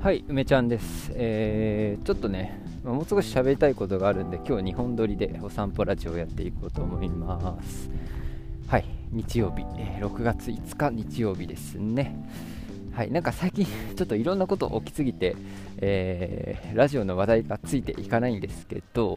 はい、梅ちゃんです。ちょっとね、もう少し喋りたいことがあるんで、今日2本撮りでお散歩ラジオをやっていこうと思います。はい、日曜日、6月5日日曜日ですね。はい、なんか最近ちょっといろんなこと起きすぎて、ラジオの話題がついていかないんですけど、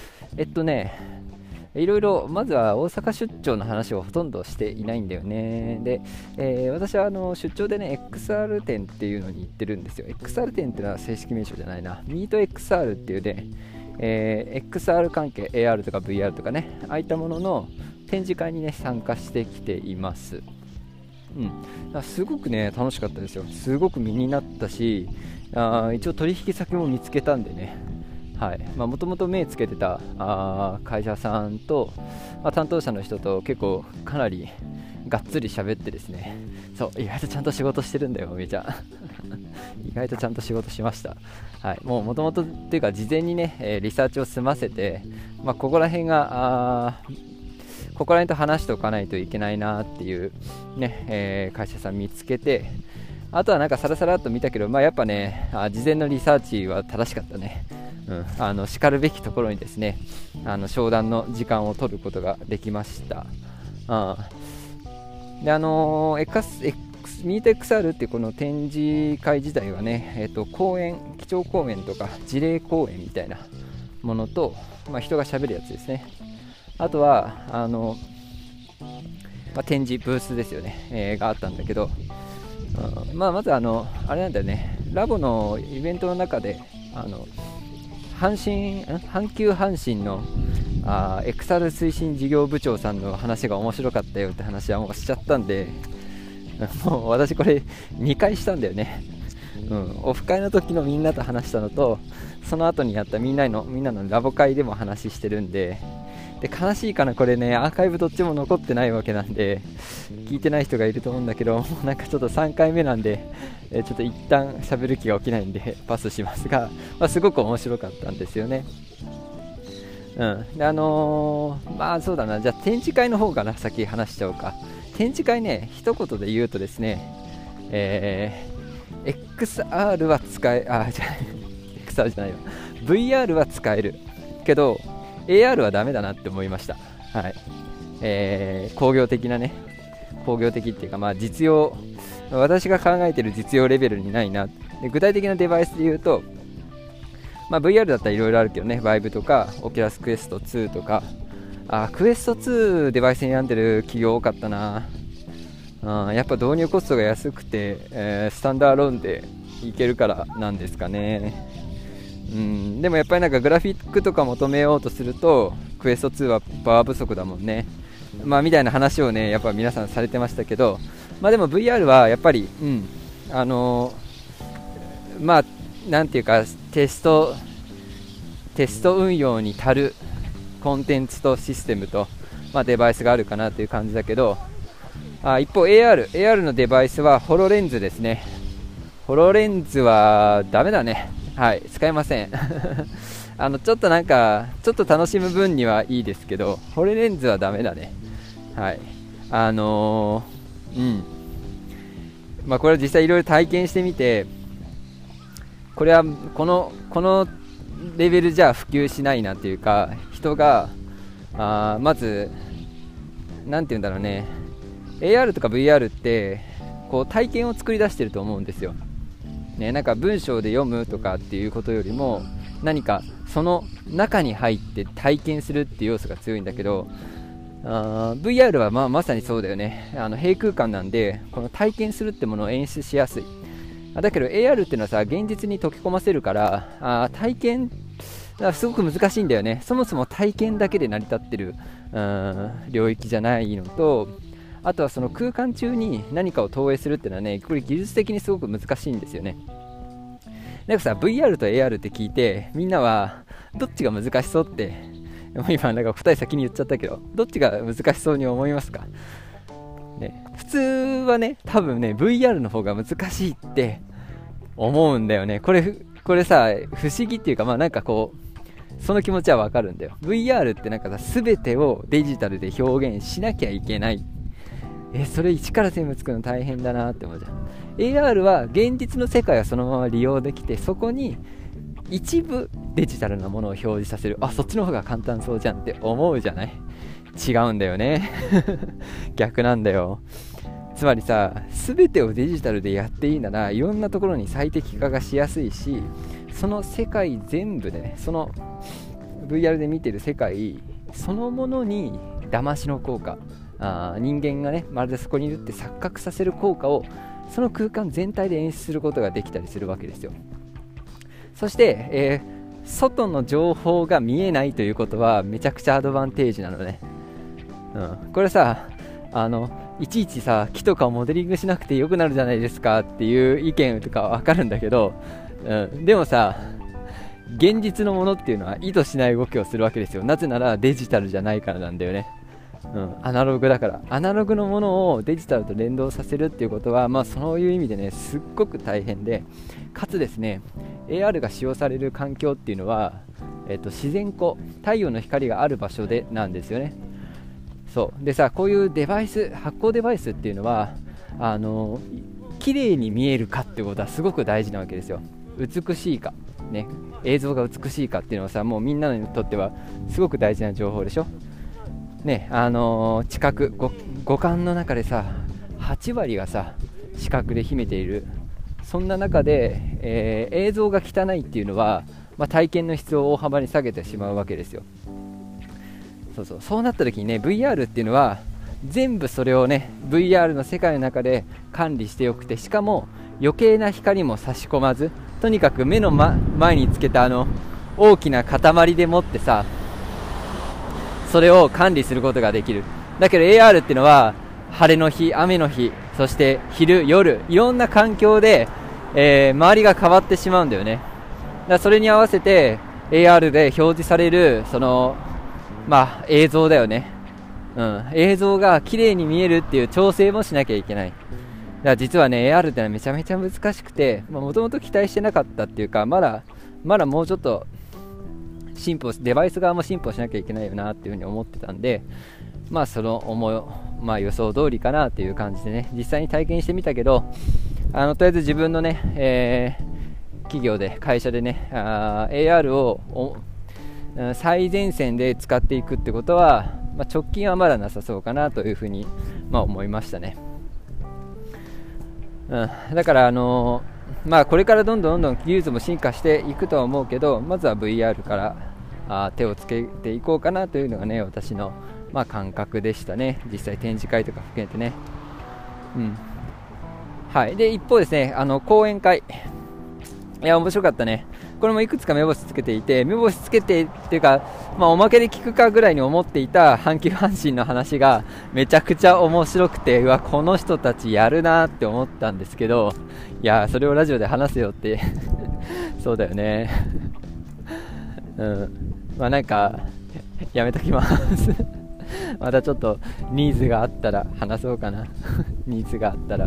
いろいろ、まずは大阪出張の話をほとんどしていないんだよね。で、私は出張でね、XR 展っていうのに行ってるんですよ。XR 展っていうのは正式名称じゃないな。ミート XR っていうね、XR 関係、AR とか VR とかね、ああいったものの展示会にね、参加してきています。すごくね、楽しかったですよ。すごく身になったし、一応取引先も見つけたんでね、もともと目つけてた会社さんと、担当者の人と結構かなりがっつり喋ってですね、そう意外とちゃんと仕事してるんだよめちゃん意外とちゃんと仕事しました。もともとっていうか事前にね、リサーチを済ませて、ここら辺と話しておかないといけないなっていうね、会社さん見つけて、あとはなんかサラサラっと見たけど、やっぱね、事前のリサーチは正しかったね。しかるべきところにですね、商談の時間を取ることができました。で、ミート XR っていうこの展示会自体はね、講演、基調講演とか事例講演みたいなものと、人がしゃべるやつですね。あとは展示ブースですよね、があったんだけど、まずあれなんだよね、ラボのイベントの中で阪急阪神のXR 推進事業部長さんの話が面白かったよって話はもうしちゃったんで、もう私これ2回したんだよね。オフ会の時のみんなと話したのと、その後にやったみんなのラボ会でも話してるんで、悲しいかな、これね、アーカイブどっちも残ってないわけなんで聞いてない人がいると思うんだけど、もうなんかちょっと3回目なんで、ちょっと一旦喋る気が起きないんでパスしますが、すごく面白かったんですよね。そうだな、じゃあ展示会の方かな、先話しちゃおうか。展示会ね、一言で言うとですね、XR は使え、XR じゃないわ、VR は使えるけどAR はダメだなって思いました。工業的っていうか、実用、私が考えている実用レベルにないな。で、具体的なデバイスで言うと、VR だったらいろいろあるけどね、バイブとかオキュラスクエスト2とか、クエスト2デバイスに選んでる企業多かったな。やっぱ導入コストが安くて、スタンダーローンでいけるからなんですかね。でもやっぱりなんかグラフィックとか求めようとするとクエスト2はパワー不足だもんね、みたいな話をね、やっぱ皆さんされてましたけど、でも VR はやっぱりなんていうかテスト運用に足るコンテンツとシステムと、デバイスがあるかなという感じだけど、一方 AR のデバイスはホロレンズですね。ホロレンズはダメだね。使えませんちょっと楽しむ分にはいいですけど、ホロレンズはダメだね。これは実際いろいろ体験してみて、これはこのレベルじゃ普及しないなっていうか、人がまずなんていうんだろうね、 AR とか VR ってこう体験を作り出してると思うんですよね。なんか文章で読むとかっていうことよりも、何かその中に入って体験するっていう要素が強いんだけど、VR はまさにそうだよね。閉空間なんで、この体験するってものを演出しやすい。だけど AR っていうのはさ、現実に溶け込ませるから、体験すごく難しいんだよね。そもそも体験だけで成り立ってる領域じゃないのと、あとはその空間中に何かを投影するっていうのはね、これ技術的にすごく難しいんですよね。なんかさ、 VR と AR って聞いて、みんなはどっちが難しそうって、今なんか答え先に言っちゃったけど、どっちが難しそうに思いますかね。普通はね、多分ね VR の方が難しいって思うんだよね。これさ、不思議っていうか、なんかこうその気持ちはわかるんだよ。 VR ってなんかさ、全てをデジタルで表現しなきゃいけないそれ一から全部作るの大変だなって思うじゃん。 AR は現実の世界はそのまま利用できて、そこに一部デジタルなものを表示させる。そっちの方が簡単そうじゃんって思うじゃない。違うんだよね逆なんだよ。つまりさ、全てをデジタルでやっていいなら、いろんなところに最適化がしやすいし、その世界全部でね、その VR で見てる世界そのものに騙しの効果、人間がねまるでそこにいるって錯覚させる効果をその空間全体で演出することができたりするわけですよ。そして、外の情報が見えないということはめちゃくちゃアドバンテージなのね。これさ、いちいちさ木とかをモデリングしなくてよくなるじゃないですかっていう意見とかわかるんだけど、でもさ、現実のものっていうのは意図しない動きをするわけですよ。なぜならデジタルじゃないからなんだよね。アナログだから。アナログのものをデジタルと連動させるっていうことは、そういう意味でねすっごく大変で、かつですね AR が使用される環境っていうのは、自然光、太陽の光がある場所でなんですよね。そうでさ、こういうデバイス、発光デバイスっていうのは綺麗に見えるかっていうことはすごく大事なわけですよ。美しいか、ね、映像が美しいかっていうのはさ、もうみんなにとってはすごく大事な情報でしょ。ね、知覚、五感の中でさ8割がさ視覚で秘めている。そんな中で、映像が汚いっていうのは、体験の質を大幅に下げてしまうわけですよ。そうなった時にね VR っていうのは全部それをね VR の世界の中で管理してよくて、しかも余計な光も差し込まず、とにかく目の、前につけた大きな塊でもってさ、それを管理することができる。だけど AR っていうのは晴れの日、雨の日、そして昼、夜、いろんな環境で、周りが変わってしまうんだよね。だからそれに合わせて AR で表示されるその映像だよね。映像が綺麗に見えるっていう調整もしなきゃいけない。だから実はね AR ってのはめちゃめちゃ難しくて、もともと期待してなかったっていうか、まだもうちょっとデバイス側も進歩しなきゃいけないよなっていうふうに思ってたんで、その予想通りかなっていう感じでね、実際に体験してみたけど、とりあえず自分のね、企業で会社でねAR を最前線で使っていくってことは、直近はまだなさそうかなというふうに、思いましたね。だからこれからどんどん技術も進化していくとは思うけど、まずは VR から手をつけていこうかなというのがね私の感覚でしたね。実際展示会とか含めてね。はい。で一方ですね、講演会、いや面白かったね。これもいくつか目星つけていて、目星つけてっていうか、おまけで聞くかぐらいに思っていた阪急阪神の話がめちゃくちゃ面白くて、この人たちやるなって思ったんですけど、いやそれをラジオで話せよってそうだよねなんかやめときますまたちょっとニーズがあったら話そうかなニーズがあったら。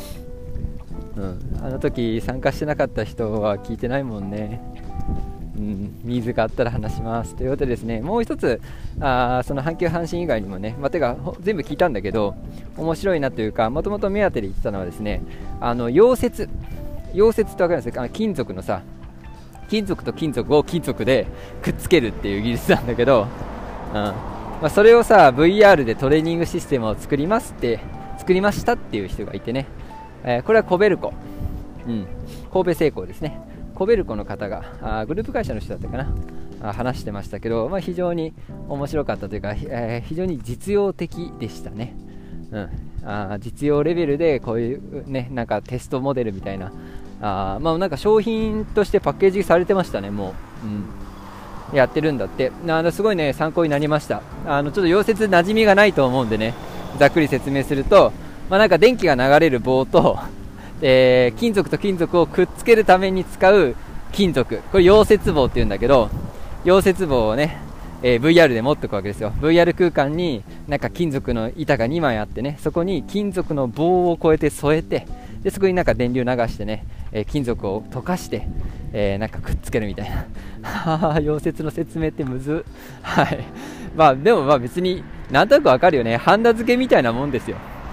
あの時参加してなかった人は聞いてないもんね。ニーズがあったら話しますということでですね、もう一つその阪急阪神以外にもね、てか全部聞いたんだけど面白いなというか、もともと目当てで言ってたのはですね、溶接って分かるんですか？金属のさ、金属と金属を金属でくっつけるっていう技術なんだけど、それをさ VR でトレーニングシステムを作りましたっていう人がいてね、これはコベルコ、神戸製鋼ですね。コベルコの方がグループ会社の人だったかな、話してましたけど、非常に面白かったというか、非常に実用的でしたね。実用レベルでこういうね、なんかテストモデルみたいな、なんか商品としてパッケージされてましたね。もう、やってるんだって。すごいね参考になりました。ちょっと溶接馴染みがないと思うんでね、ざっくり説明すると、なんか電気が流れる棒と、金属と金属をくっつけるために使う金属、これ溶接棒っていうんだけど、溶接棒をね、VR で持っておくわけですよ。 VR 空間になんか金属の板が2枚あってね、そこに金属の棒をこうやって添えて、でそこになんか電流流してね、金属を溶かして、なんかくっつけるみたいな溶接の説明ってむずはい。でも別になんとなくわかるよね。ハンダ付けみたいなもんですよ。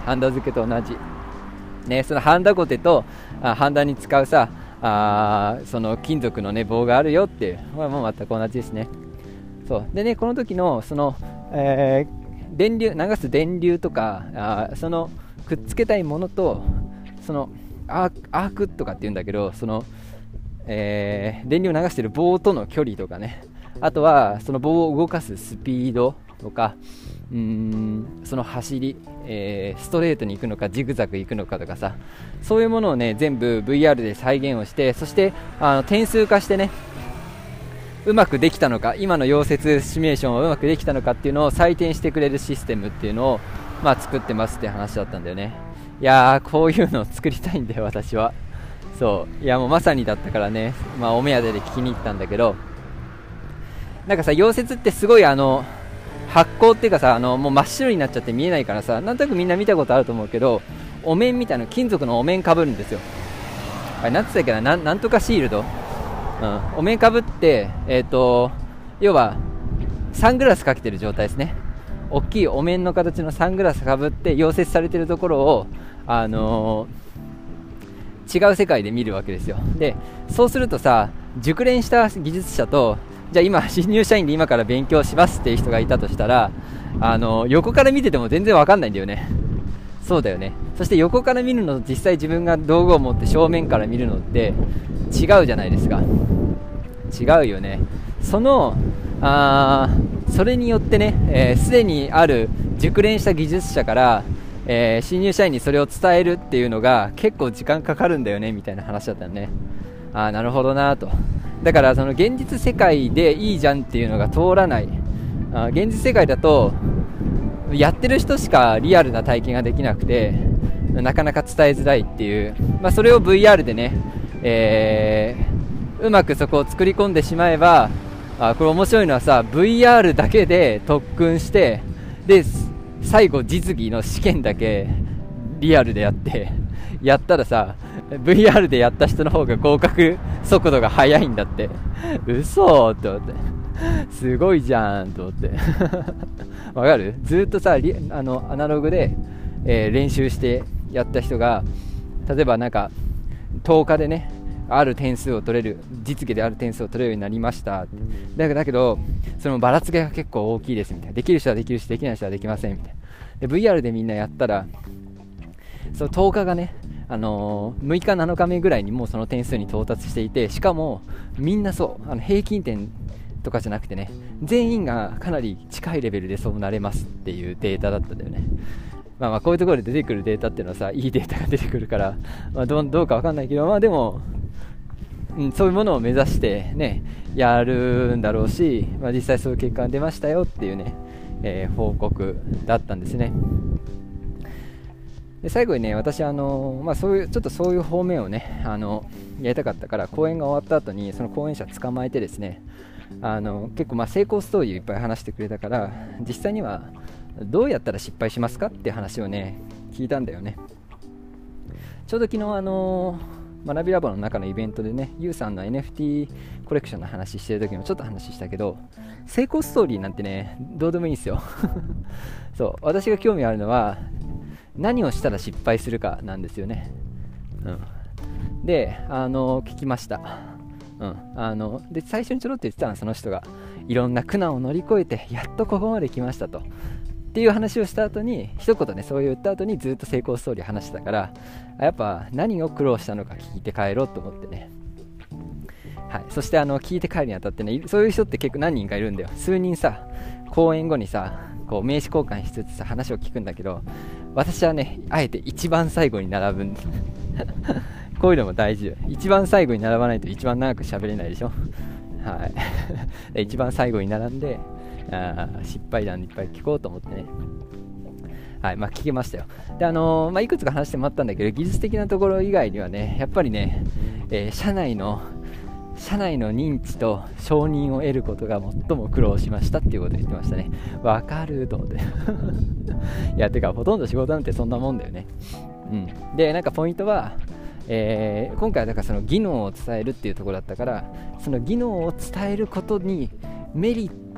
ハンダ付けと同じ、ね、そのハンダゴテとハンダに使うさその金属の、ね、棒があるよっていう、もう全く同じですね。そうでね、この時のその、電流流す電流とかそのくっつけたいものとそのアークとかっていうんだけど、その、電流を流している棒との距離とかね、あとはその棒を動かすスピードとか、その走り、ストレートに行くのかジグザグ行くのかとかさ、そういうものをね全部 VR で再現をして、そして点数化してね、うまくできたのか、今の溶接シミュレーションをうまくできたのかっていうのを採点してくれるシステムっていうのを、作ってますって話だったんだよね。いやー、こういうのを作りたいんだよ私は。そういや、もうまさにだったからね、お目当てで聞きに行ったんだけど、なんかさ、溶接ってすごい発光っていうかさ、もう真っ白になっちゃって見えないからさ、なんとなくみんな見たことあると思うけど、お面みたいな金属のお面かぶるんですよ。あれなんつったっけな、なんとかシールド、お面かぶって、要はサングラスかけてる状態ですね。大きいお面の形のサングラスかぶって溶接されてるところを、違う世界で見るわけですよ。でそうするとさ、熟練した技術者と、じゃあ今新入社員で今から勉強しますっていう人がいたとしたら、横から見てても全然わかんないんだよね。そうだよね。そして横から見るのと実際自分が道具を持って正面から見るのって違うじゃないですか。違うよね。それによってね、すでにある熟練した技術者から、新入社員にそれを伝えるっていうのが結構時間かかるんだよねみたいな話だったよね。なるほどなと。だからその現実世界でいいじゃんっていうのが通らない。現実世界だとやってる人しかリアルな体験ができなくて、なかなか伝えづらいっていう、それを VR でね、うまくそこを作り込んでしまえば、これ面白いのはさ、 VR だけで特訓して、で最後実技の試験だけリアルでやったらさ、 VR でやった人の方が合格速度が速いんだって。嘘って思って、すごいじゃんと思ってわかる？ずっとさ、アナログで、練習してやった人が、例えばなんか10日でね、ある点数を取れる、実技である点数を取れるようになりました。だけどそのばらつきが結構大きいですみたいな。できる人はできるし、できない人はできませんみたいな。で VR でみんなやったら、その10日がね、6日7日目ぐらいにもうその点数に到達していて、しかもみんなそう平均点とかじゃなくてね、全員がかなり近いレベルでそうなれますっていうデータだったんだよね。こういうところで出てくるデータっていうのはさ、いいデータが出てくるから、どうかわかんないけど、でも、そういうものを目指してねやるんだろうし、実際そういう結果が出ましたよっていうね、報告だったんですね。で最後にね、私そういうちょっとそういう方面をねやりたかったから、講演が終わった後にその講演者捕まえてですね、結構成功ストーリーをいっぱい話してくれたから、実際にはどうやったら失敗しますかって話をね聞いたんだよね。ちょうど昨日学びラボの中のイベントでね、ユウさんの NFT コレクションの話してる時もちょっと話したけど、成功ストーリーなんてねどうでもいいんですよそう、私が興味あるのは何をしたら失敗するかなんですよね。で聞きました。で最初にちょろっと言ってたのは、その人がいろんな苦難を乗り越えてやっとここまで来ましたとっていう話をした後に、一言ねそう言った後にずっと成功ストーリー話してたから、やっぱ何を苦労したのか聞いて帰ろうと思ってね。はい、そして聞いて帰るにあたってね、そういう人って結構何人かいるんだよ。数人さ、講演後にさこう名刺交換しつつさ話を聞くんだけど、私はねあえて一番最後に並ぶんこういうのも大事よ。一番最後に並ばないと一番長く喋れないでしょ。はい一番最後に並んで失敗談いっぱい聞こうと思ってね。はい、聞けましたよ。でいくつか話してもらったんだけど、技術的なところ以外にはね、やっぱりね、社内の認知と承認を得ることが最も苦労しましたっていうことを言ってましたね。わかると思っていやてかほとんど仕事なんてそんなもんだよね。でなんかポイントは、今回はだからその技能を伝えるっていうところだったから、その技能を伝えることにメリッ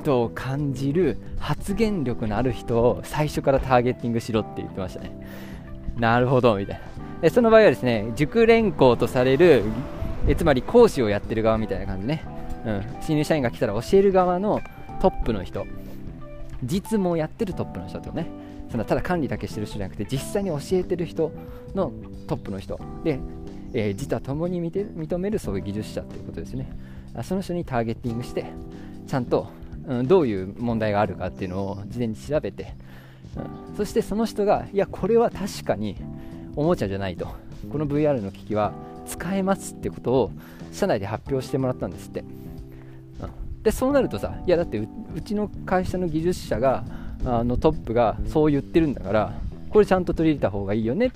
トを感じる発言力のある人を最初からターゲッティングしろって言ってましたね。なるほどみたいな。その場合はですね、熟練校とされるつまり講師をやってる側みたいな感じね、新入社員が来たら教える側のトップの人、実務をやってるトップの人ってね、そのただ管理だけしてる人じゃなくて実際に教えてる人のトップの人で、自他ともに認めるそういう技術者っていうことですね。その人にターゲティングしてちゃんと、どういう問題があるかっていうのを事前に調べて、そしてその人がいやこれは確かにおもちゃじゃないと、この VR の機器は使えますってことを社内で発表してもらったんですって。でそうなるとさ、いやだって うちの会社の技術者がトップがそう言ってるんだから、これちゃんと取り入れた方がいいよねって、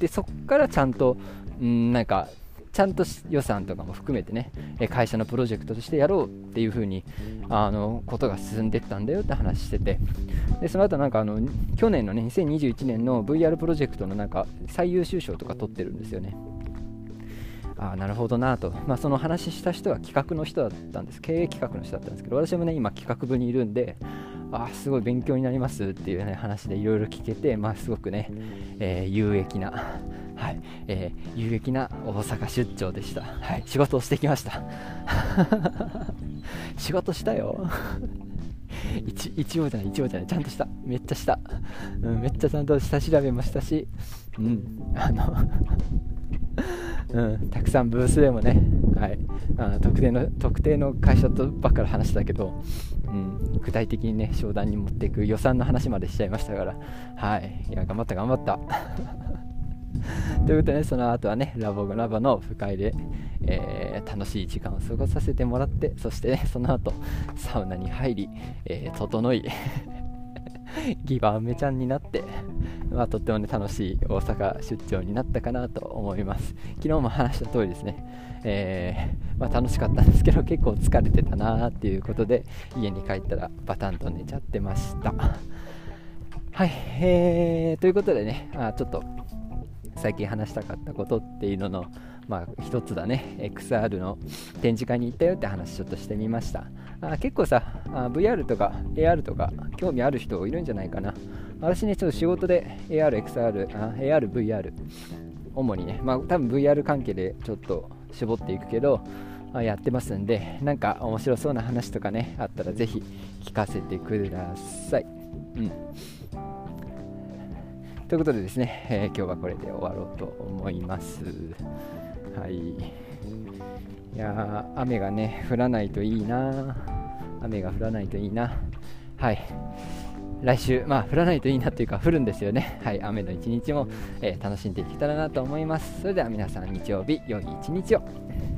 そこからちゃんとなんかちゃんと予算とかも含めてね、会社のプロジェクトとしてやろうっていう風にことが進んでいったんだよって話してて、でその後なんか去年のね2021年の VR プロジェクトのなんか最優秀賞とか取ってるんですよね。なるほどなと、その話した人は企画の人だったんです、経営企画の人だったんですけど、私もね今企画部にいるんで、すごい勉強になりますっていう、ね、話でいろいろ聞けて、すごくね、有益な、有益な大阪出張でした。仕事をしてきました仕事したよ一応じゃないちゃんとした、めっちゃした、めっちゃちゃんと下調べもしたし、たくさんブースでもね、特定の会社とばっかり話したけど、具体的にね商談に持っていく予算の話までしちゃいましたから、いや頑張ったということで、ね、その後はねラボのオフ会で、楽しい時間を過ごさせてもらって、そして、ね、その後サウナに入り、整いギバーメちゃんになって、とっても、ね、楽しい大阪出張になったかなと思います。昨日も話した通りですね、楽しかったんですけど結構疲れてたなっていうことで、家に帰ったらバタンと寝ちゃってました。ということでね、ちょっと最近話したかったことっていうのの一つだね、 XR の展示会に行ったよって話ちょっとしてみました。結構さ、VR とか AR とか興味ある人いるんじゃないかな。私ねちょっと仕事で AR、XR、AR、VR 主にね、多分 VR 関係でちょっと絞っていくけど、やってますんで、なんか面白そうな話とかねあったらぜひ聞かせてください。ということでですね、今日はこれで終わろうと思います。いや雨がね降らないといいな。来週降らないといいなというか降るんですよね。雨の一日も、楽しんでいけたらなと思います。それでは皆さん日曜日良い一日を。